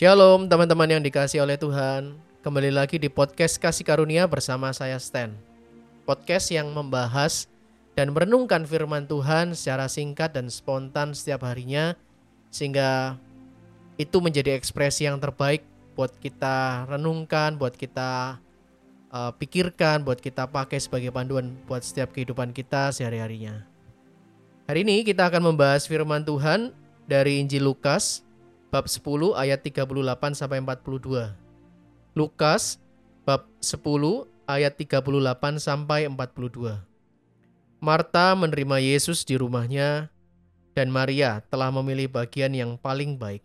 Shalom teman-teman yang dikasihi oleh Tuhan. Kembali lagi di podcast Kasih Karunia bersama saya Stan. Podcast yang membahas dan merenungkan firman Tuhan secara singkat dan spontan setiap harinya, sehingga itu menjadi ekspresi yang terbaik buat kita renungkan, buat kita pikirkan, buat kita pakai sebagai panduan buat setiap kehidupan kita sehari-harinya. Hari ini kita akan membahas firman Tuhan dari Injil Lukas bab 10 ayat 38 sampai 42. Lukas bab 10 ayat 38 sampai 42. Marta menerima Yesus di rumahnya dan Maria telah memilih bagian yang paling baik.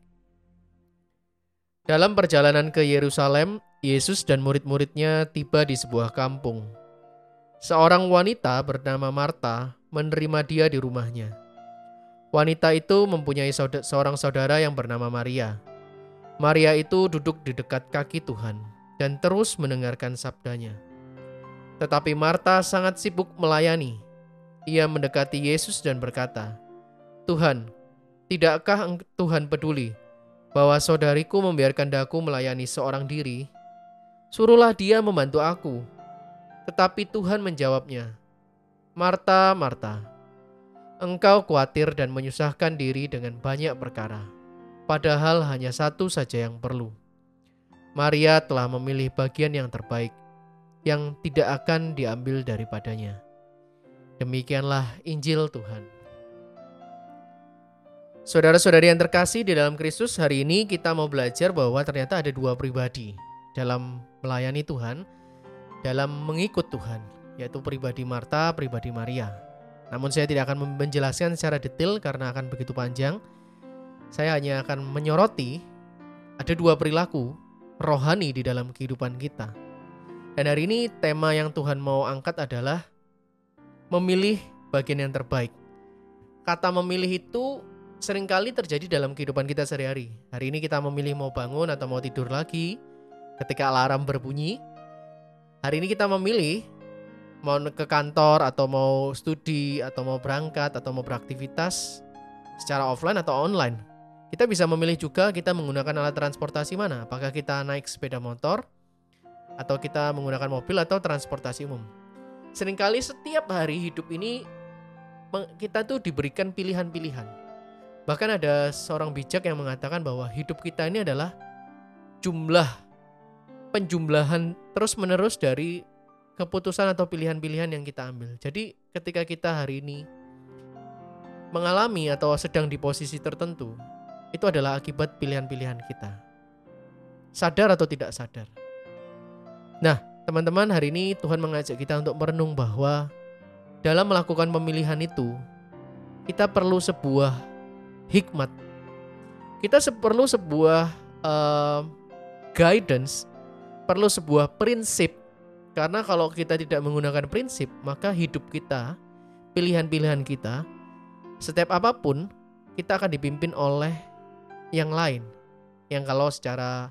Dalam perjalanan ke Yerusalem, Yesus dan murid-muridnya tiba di sebuah kampung. Seorang wanita bernama Marta menerima dia di rumahnya. Wanita itu mempunyai seorang saudara yang bernama Maria. Maria itu duduk di dekat kaki Tuhan dan terus mendengarkan sabdanya. Tetapi Marta sangat sibuk melayani. Ia mendekati Yesus dan berkata, "Tuhan, tidakkah Tuhan peduli bahwa saudariku membiarkan daku melayani seorang diri? Suruhlah dia membantu aku." Tetapi Tuhan menjawabnya, "Marta, Marta, engkau khawatir dan menyusahkan diri dengan banyak perkara, padahal hanya satu saja yang perlu. Maria telah memilih bagian yang terbaik, yang tidak akan diambil daripadanya." Demikianlah Injil Tuhan. Saudara-saudari yang terkasih di dalam Kristus, hari ini kita mau belajar bahwa ternyata ada dua pribadi dalam melayani Tuhan, dalam mengikut Tuhan, yaitu pribadi Marta, pribadi Maria. Namun saya tidak akan menjelaskan secara detail karena akan begitu panjang. Saya hanya akan menyoroti ada dua perilaku rohani di dalam kehidupan kita. Dan hari ini tema yang Tuhan mau angkat adalah memilih bagian yang terbaik. Kata memilih itu seringkali terjadi dalam kehidupan kita sehari-hari. Hari ini kita memilih mau bangun atau mau tidur lagi ketika alarm berbunyi. Hari ini kita memilih mau ke kantor atau mau studi atau mau berangkat atau mau beraktivitas secara offline atau online. Kita bisa memilih juga kita menggunakan alat transportasi mana. Apakah kita naik sepeda motor atau kita menggunakan mobil atau transportasi umum. Seringkali setiap hari hidup ini kita tuh diberikan pilihan-pilihan. Bahkan ada seorang bijak yang mengatakan bahwa hidup kita ini adalah penjumlahan terus-menerus dari keputusan atau pilihan-pilihan yang kita ambil. Jadi ketika kita hari ini mengalami atau sedang di posisi tertentu, itu adalah akibat pilihan-pilihan kita. Sadar atau tidak sadar. Nah, teman-teman, hari ini Tuhan mengajak kita untuk merenung bahwa dalam melakukan pemilihan itu, kita perlu sebuah hikmat. Kita perlu sebuah guidance, perlu sebuah prinsip. Karena kalau kita tidak menggunakan prinsip, maka hidup kita, pilihan-pilihan kita, setiap apapun, kita akan dipimpin oleh yang lain. Yang kalau secara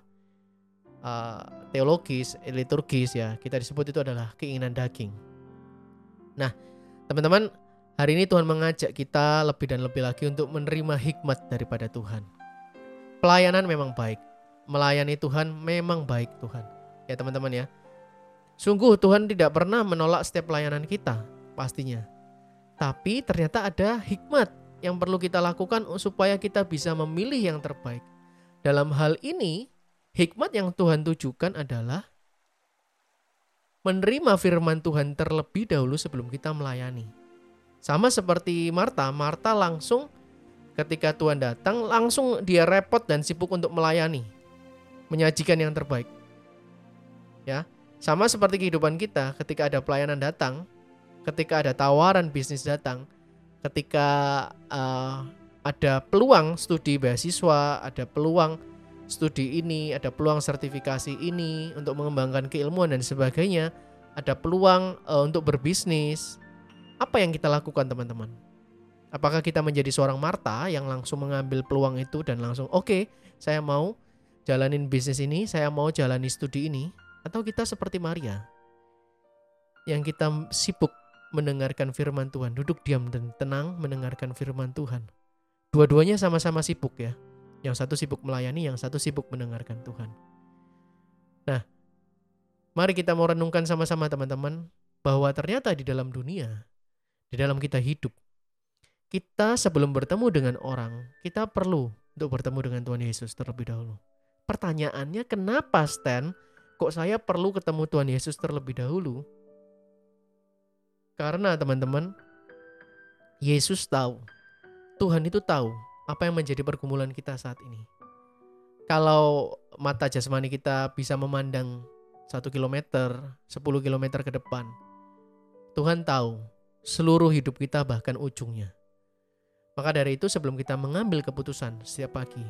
teologis, liturgis ya, kita disebut itu adalah keinginan daging. Nah, teman-teman, hari ini Tuhan mengajak kita lebih dan lebih lagi untuk menerima hikmat daripada Tuhan. Pelayanan memang baik, melayani Tuhan memang baik Tuhan. Ya teman-teman ya. Sungguh Tuhan tidak pernah menolak setiap pelayanan kita, pastinya. Tapi ternyata ada hikmat yang perlu kita lakukan supaya kita bisa memilih yang terbaik. Dalam hal ini, hikmat yang Tuhan tujukan adalah menerima firman Tuhan terlebih dahulu sebelum kita melayani. Sama seperti Marta langsung ketika Tuhan datang, langsung dia repot dan sibuk untuk melayani, menyajikan yang terbaik. Ya. Sama seperti kehidupan kita, ketika ada pelayanan datang, ketika ada tawaran bisnis datang, ketika ada peluang studi beasiswa, ada peluang studi ini, ada peluang sertifikasi ini untuk mengembangkan keilmuan dan sebagainya, ada peluang untuk berbisnis. Apa yang kita lakukan teman-teman? Apakah kita menjadi seorang Marta yang langsung mengambil peluang itu dan langsung oke, saya mau jalanin bisnis ini, saya mau jalani studi ini? Atau kita seperti Maria yang kita sibuk mendengarkan firman Tuhan, duduk diam dan tenang mendengarkan firman Tuhan. Dua-duanya sama-sama sibuk ya. Yang satu sibuk melayani, yang satu sibuk mendengarkan Tuhan. Nah, mari kita mau renungkan sama-sama teman-teman, bahwa ternyata di dalam dunia, di dalam kita hidup, kita sebelum bertemu dengan orang, kita perlu untuk bertemu dengan Tuhan Yesus terlebih dahulu. Pertanyaannya, kenapa Stan, kok saya perlu ketemu Tuhan Yesus terlebih dahulu? Karena teman-teman, Yesus tahu, Tuhan itu tahu apa yang menjadi pergumulan kita saat ini. Kalau mata jasmani kita bisa memandang 1 kilometer, 10 kilometer ke depan, Tuhan tahu seluruh hidup kita bahkan ujungnya. Maka dari itu sebelum kita mengambil keputusan setiap pagi,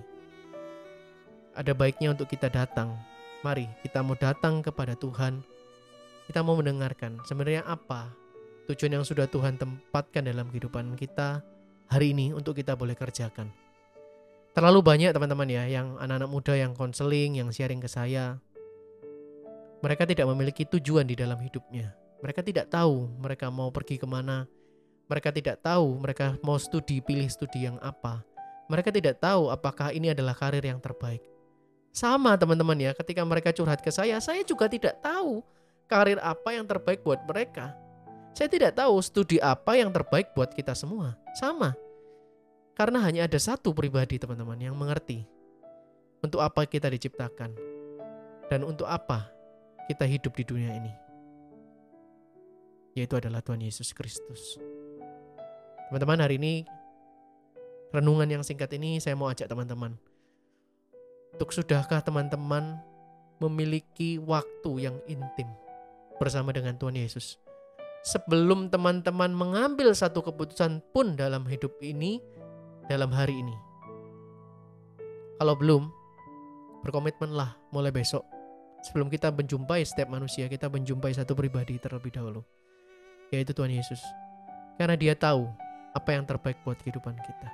ada baiknya untuk kita datang. Mari kita mau datang kepada Tuhan. Kita mau mendengarkan sebenarnya apa tujuan yang sudah Tuhan tempatkan dalam kehidupan kita hari ini untuk kita boleh kerjakan. Terlalu banyak teman-teman ya, yang anak-anak muda yang konseling, yang sharing ke saya. Mereka tidak memiliki tujuan di dalam hidupnya. Mereka tidak tahu mereka mau pergi kemana. Mereka tidak tahu mereka mau studi, pilih studi yang apa. Mereka tidak tahu apakah ini adalah karir yang terbaik. Sama teman-teman ya, ketika mereka curhat ke saya juga tidak tahu karir apa yang terbaik buat mereka. Saya tidak tahu studi apa yang terbaik buat kita semua. Sama. Karena hanya ada satu pribadi teman-teman yang mengerti untuk apa kita diciptakan dan untuk apa kita hidup di dunia ini, yaitu adalah Tuhan Yesus Kristus. Teman-teman, hari ini renungan yang singkat ini saya mau ajak teman-teman untuk, sudahkah teman-teman memiliki waktu yang intim bersama dengan Tuhan Yesus sebelum teman-teman mengambil satu keputusan pun dalam hidup ini, dalam hari ini. Kalau belum, berkomitmenlah mulai besok. Sebelum kita menjumpai setiap manusia, kita menjumpai satu pribadi terlebih dahulu, yaitu Tuhan Yesus. Karena Dia tahu apa yang terbaik buat kehidupan kita.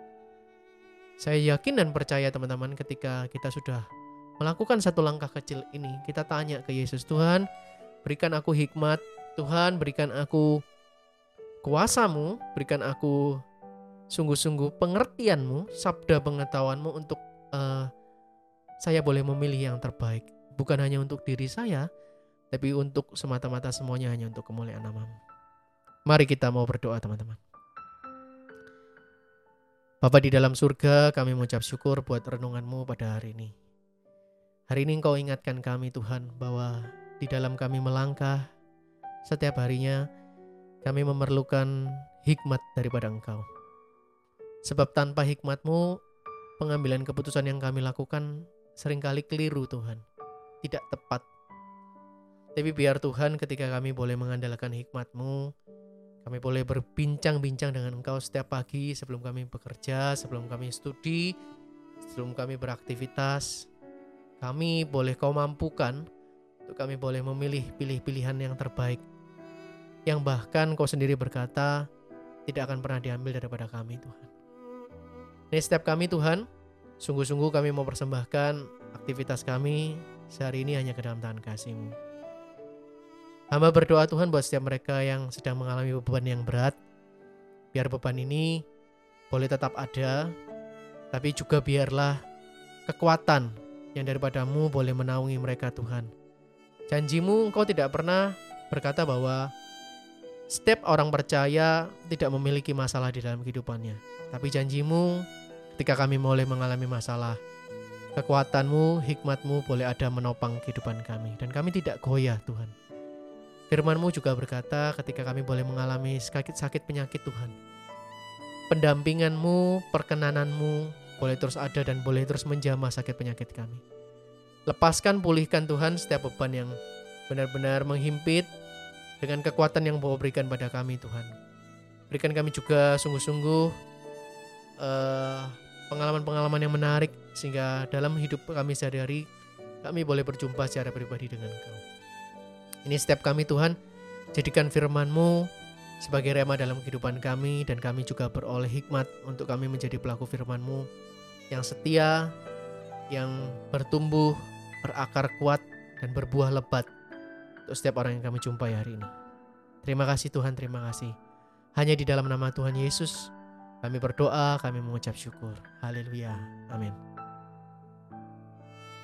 Saya yakin dan percaya teman-teman, ketika kita sudah melakukan satu langkah kecil ini, kita tanya ke Yesus, Tuhan, berikan aku hikmat, Tuhan, berikan aku kuasa-Mu, berikan aku sungguh-sungguh pengertian-Mu, sabda pengetahuan-Mu untuk saya boleh memilih yang terbaik. Bukan hanya untuk diri saya, tapi untuk semata-mata semuanya hanya untuk kemuliaan nama-Mu. Mari kita mau berdoa teman-teman. Bapa di dalam surga, kami mengucap syukur buat renungan-Mu pada hari ini. Hari ini Engkau ingatkan kami Tuhan, bahwa di dalam kami melangkah setiap harinya, kami memerlukan hikmat daripada Engkau. Sebab tanpa hikmat-Mu, pengambilan keputusan yang kami lakukan seringkali keliru Tuhan, tidak tepat. Tapi biar Tuhan, ketika kami boleh mengandalkan hikmat-Mu, kami boleh berbincang-bincang dengan Engkau setiap pagi sebelum kami bekerja, sebelum kami studi, sebelum kami beraktivitas. Kami boleh Kau mampukan untuk kami boleh memilih pilihan yang terbaik, yang bahkan Kau sendiri berkata tidak akan pernah diambil daripada kami Tuhan. Ini setiap kami Tuhan, sungguh-sungguh kami mau persembahkan aktivitas kami sehari ini hanya ke dalam tangan kasih-Mu. Hamba berdoa Tuhan buat setiap mereka yang sedang mengalami beban yang berat, biar beban ini boleh tetap ada, tapi juga biarlah kekuatan yang daripada-Mu boleh menaungi mereka Tuhan. Janji-Mu, Engkau tidak pernah berkata bahwa setiap orang percaya tidak memiliki masalah di dalam kehidupannya. Tapi janji-Mu, ketika kami boleh mengalami masalah, kekuatan-Mu, hikmat-Mu boleh ada menopang kehidupan kami. Dan kami tidak goyah Tuhan. Firman-Mu juga berkata ketika kami boleh mengalami sakit penyakit Tuhan, pendampingan-Mu, perkenanan-Mu boleh terus ada dan boleh terus menjamah sakit penyakit kami. Lepaskan, pulihkan Tuhan setiap beban yang benar-benar menghimpit dengan kekuatan yang Kau berikan pada kami Tuhan. Berikan kami juga sungguh-sungguh pengalaman-pengalaman yang menarik, sehingga dalam hidup kami sehari-hari kami boleh berjumpa secara pribadi dengan Kau. Ini setiap kami Tuhan, jadikan firman-Mu sebagai rema dalam kehidupan kami, dan kami juga beroleh hikmat untuk kami menjadi pelaku firman-Mu yang setia, yang bertumbuh, berakar kuat, dan berbuah lebat untuk setiap orang yang kami jumpai hari ini. Terima kasih Tuhan, terima kasih. Hanya di dalam nama Tuhan Yesus kami berdoa, kami mengucap syukur. Haleluya, amin.